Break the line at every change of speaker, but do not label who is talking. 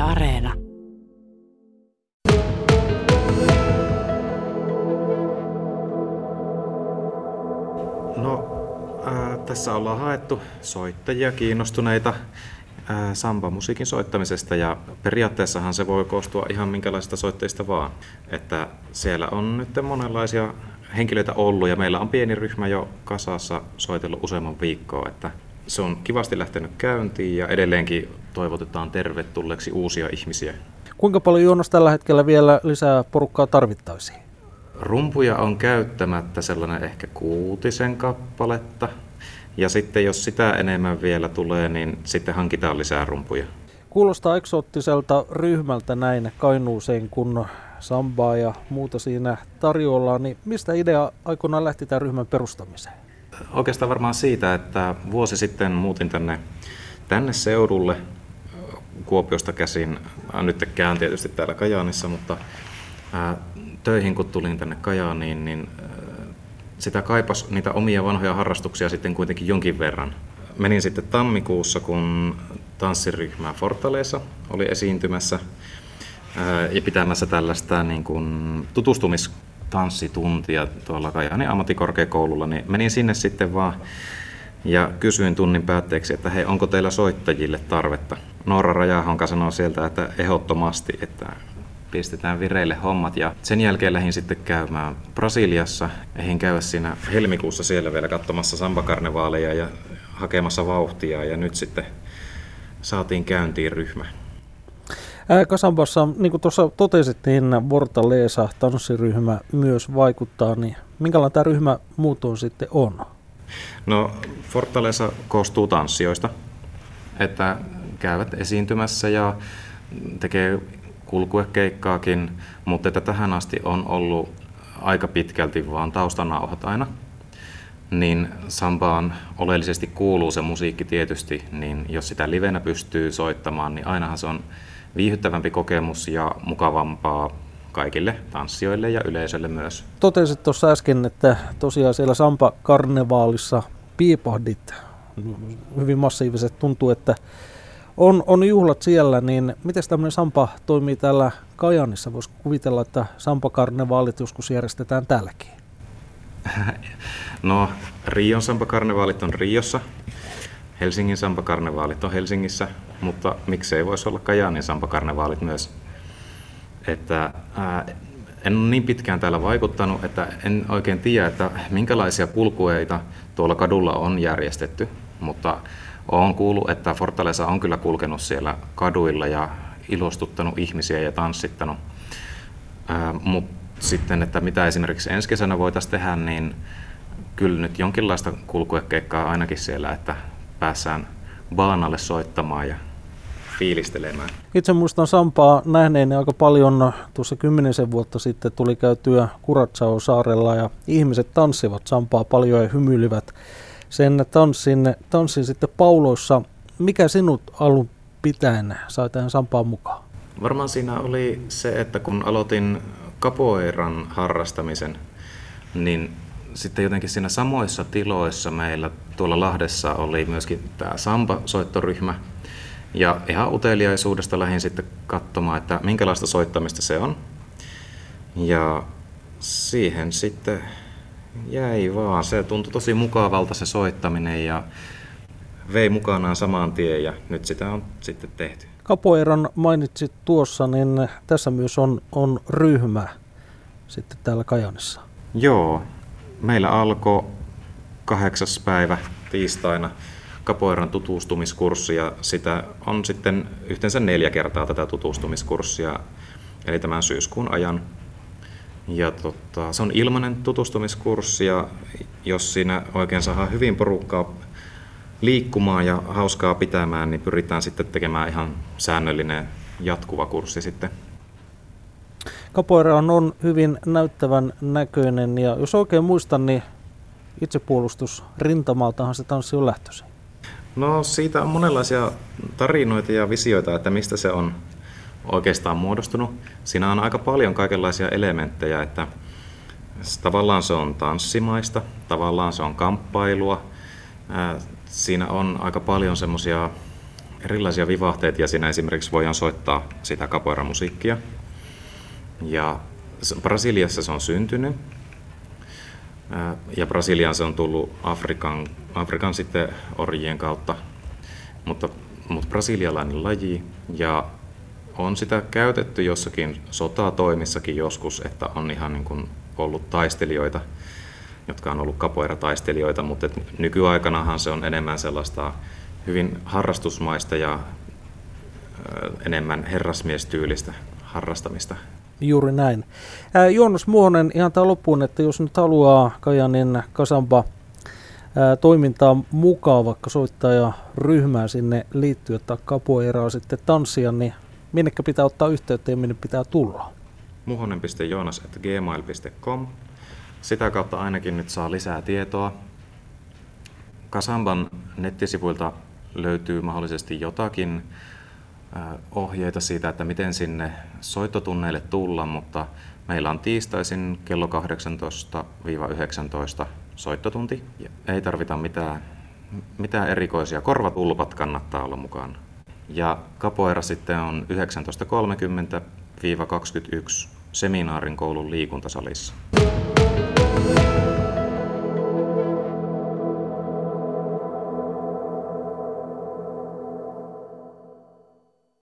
Areena.
No, tässä ollaan haettu soittajia kiinnostuneita samba-musiikin soittamisesta ja periaatteessahan se voi koostua ihan minkälaisista soitteista vaan. Että siellä on nyt monenlaisia henkilöitä ollut ja meillä on pieni ryhmä jo kasassa soitellut useamman viikkoa, että se on kivasti lähtenyt käyntiin ja edelleenkin toivotetaan tervetulleeksi uusia ihmisiä.
Kuinka paljon, Joonas, tällä hetkellä vielä lisää porukkaa tarvittaisiin?
Rumpuja on käyttämättä sellainen ehkä 6 kappaletta. Ja sitten jos sitä enemmän vielä tulee, niin sitten hankitaan lisää rumpuja.
Kuulostaa eksoottiselta ryhmältä näin Kainuuseen, kun sambaa ja muuta siinä tarjoillaan. Niin mistä idea aikoinaan lähti tämän ryhmän perustamiseen?
Oikeastaan varmaan siitä, että vuosi sitten muutin tänne seudulle Kuopiosta käsin. Nyt käyn tietysti täällä Kajaanissa, mutta töihin kun tulin tänne Kajaaniin, niin sitä kaipasi niitä omia vanhoja harrastuksia sitten kuitenkin jonkin verran. Menin sitten tammikuussa, kun tanssiryhmä Fortaleza oli esiintymässä ja pitämässä tällaista niin kuin tutustumistanssituntia tuolla Kajaanin ammattikorkeakoululla, niin menin sinne sitten vaan ja kysyin tunnin päätteeksi, että hei, onko teillä soittajille tarvetta? Noora Rajahonka sanoi sieltä, että ehdottomasti, että pistetään vireille hommat, ja sen jälkeen lähdin sitten käymään Brasiliassa. Ehdin käydä siinä helmikuussa siellä vielä katsomassa sambakarnevaaleja ja hakemassa vauhtia, ja nyt sitten saatiin käyntiin ryhmä.
Kasambassa, niin kuin tuossa totesit, niin Fortaleza tanssiryhmä myös vaikuttaa, niin minkälainen tämä ryhmä muutoin sitten on?
No, Fortaleza koostuu tanssijoista, että käyvät esiintymässä ja tekee kulkuekeikkaakin, mutta että tähän asti on ollut aika pitkälti vaan taustanauhat aina. Niin sambaan oleellisesti kuuluu se musiikki tietysti, niin jos sitä livenä pystyy soittamaan, niin ainahan se on viihdyttävämpi kokemus ja mukavampaa kaikille tanssijoille ja yleisölle myös.
Totesit tuossa äsken, että tosiaan siellä Sampa-karnevaalissa piipahdit hyvin massiiviset, tuntuu, että on juhlat siellä, niin miten tämmöinen sampa toimii täällä Kajaanissa? Voisi kuvitella, että Sampa-karnevaalit joskus järjestetään täälläkin?
No, Rion Sampa-karnevaalit on Riossa, Helsingin Sampa-karnevaalit on Helsingissä, mutta miksei voisi olla Kajaanin Sampa-karnevaalit myös. Että, en ole niin pitkään täällä vaikuttanut, että en oikein tiedä, että minkälaisia kulkueita tuolla kadulla on järjestetty, mutta olen kuullut, että Fortaleza on kyllä kulkenut siellä kaduilla ja ilostuttanut ihmisiä ja tanssittanut. Mutta sitten, että mitä esimerkiksi ensi kesänä voitaisiin tehdä, niin kyllä nyt jonkinlaista kulkuekeikkaa ainakin siellä, että päässään baanalle soittamaan ja fiilistelemään.
Itse muistan sampaa nähneeni aika paljon. Tuossa 10 vuotta sitten tuli käytyä Curaçao-saarella ja ihmiset tanssivat sampaa paljon ja hymyilivät sen tanssin sitten pauloissa. Mikä sinut alun pitäen sai tähän sampaan mukaan?
Varmaan siinä oli se, että kun aloitin capoeiran harrastamisen, niin sitten jotenkin siinä samoissa tiloissa meillä tuolla Lahdessa oli myöskin tämä samba-soittoryhmä. Ja ihan uteliaisuudesta lähdin sitten katsomaan, että minkälaista soittamista se on. Ja siihen sitten jäi vaan. Se tuntui tosi mukavalta se soittaminen ja vei mukanaan saman tien ja nyt sitä on sitten tehty.
Capoeiran mainitsit tuossa, niin tässä myös on ryhmä sitten täällä Kajaanissa.
Joo, meillä alkoi 8. päivä tiistaina Capoeiran tutustumiskurssi ja sitä on sitten yhteensä 4 kertaa tätä tutustumiskurssia, eli tämän syyskuun ajan. Ja se on ilmainen tutustumiskurssi ja jos siinä oikein saadaan hyvin porukkaa liikkumaan ja hauskaa pitämään, niin pyritään sitten tekemään ihan säännöllinen jatkuva kurssi sitten.
Capoeira on hyvin näyttävän näköinen ja jos oikein muistan, niin itsepuolustus rintamaltahan se tanssi on lähtöisin.
No siitä on monenlaisia tarinoita ja visioita, että mistä se on oikeastaan muodostunut. Siinä on aika paljon kaikenlaisia elementtejä, että tavallaan se on tanssimaista, tavallaan se on kamppailua. Siinä on aika paljon semmoisia erilaisia vivahteita ja siinä esimerkiksi voidaan soittaa sitä capoeira-musiikkia. Ja Brasiliassa se on syntynyt ja Brasiliaan se on tullut Afrikan sitten orjien kautta, mutta brasilialainen laji ja on sitä käytetty jossakin sotatoimissakin joskus, että on ihan niin kuin ollut taistelijoita, jotka on ollut capoeira-taistelijoita, mutta nykyaikanahan se on enemmän sellaista hyvin harrastusmaista ja enemmän herrasmiestyylistä harrastamista.
Juuri näin. Joonas Muhonen, ihan tämän loppuun, että jos nyt haluaa Kajanin Kasamba toimintaa mukaan, vaikka soittajaryhmään sinne liittyä tai capoeiraa sitten tanssia, niin minnekä pitää ottaa yhteyttä ja minne pitää tulla?
muhonen.joonas@gmail.com. Sitä kautta ainakin nyt saa lisää tietoa. Kasamban nettisivuilta löytyy mahdollisesti jotakin ohjeita siitä, että miten sinne soittotunneille tulla, mutta meillä on tiistaisin kello 18-19 soittotunti. Ei tarvita mitään erikoisia. Korvatulpat kannattaa olla mukana. Ja capoeira sitten on 19.30-21 Seminaarin koulun liikuntasalissa.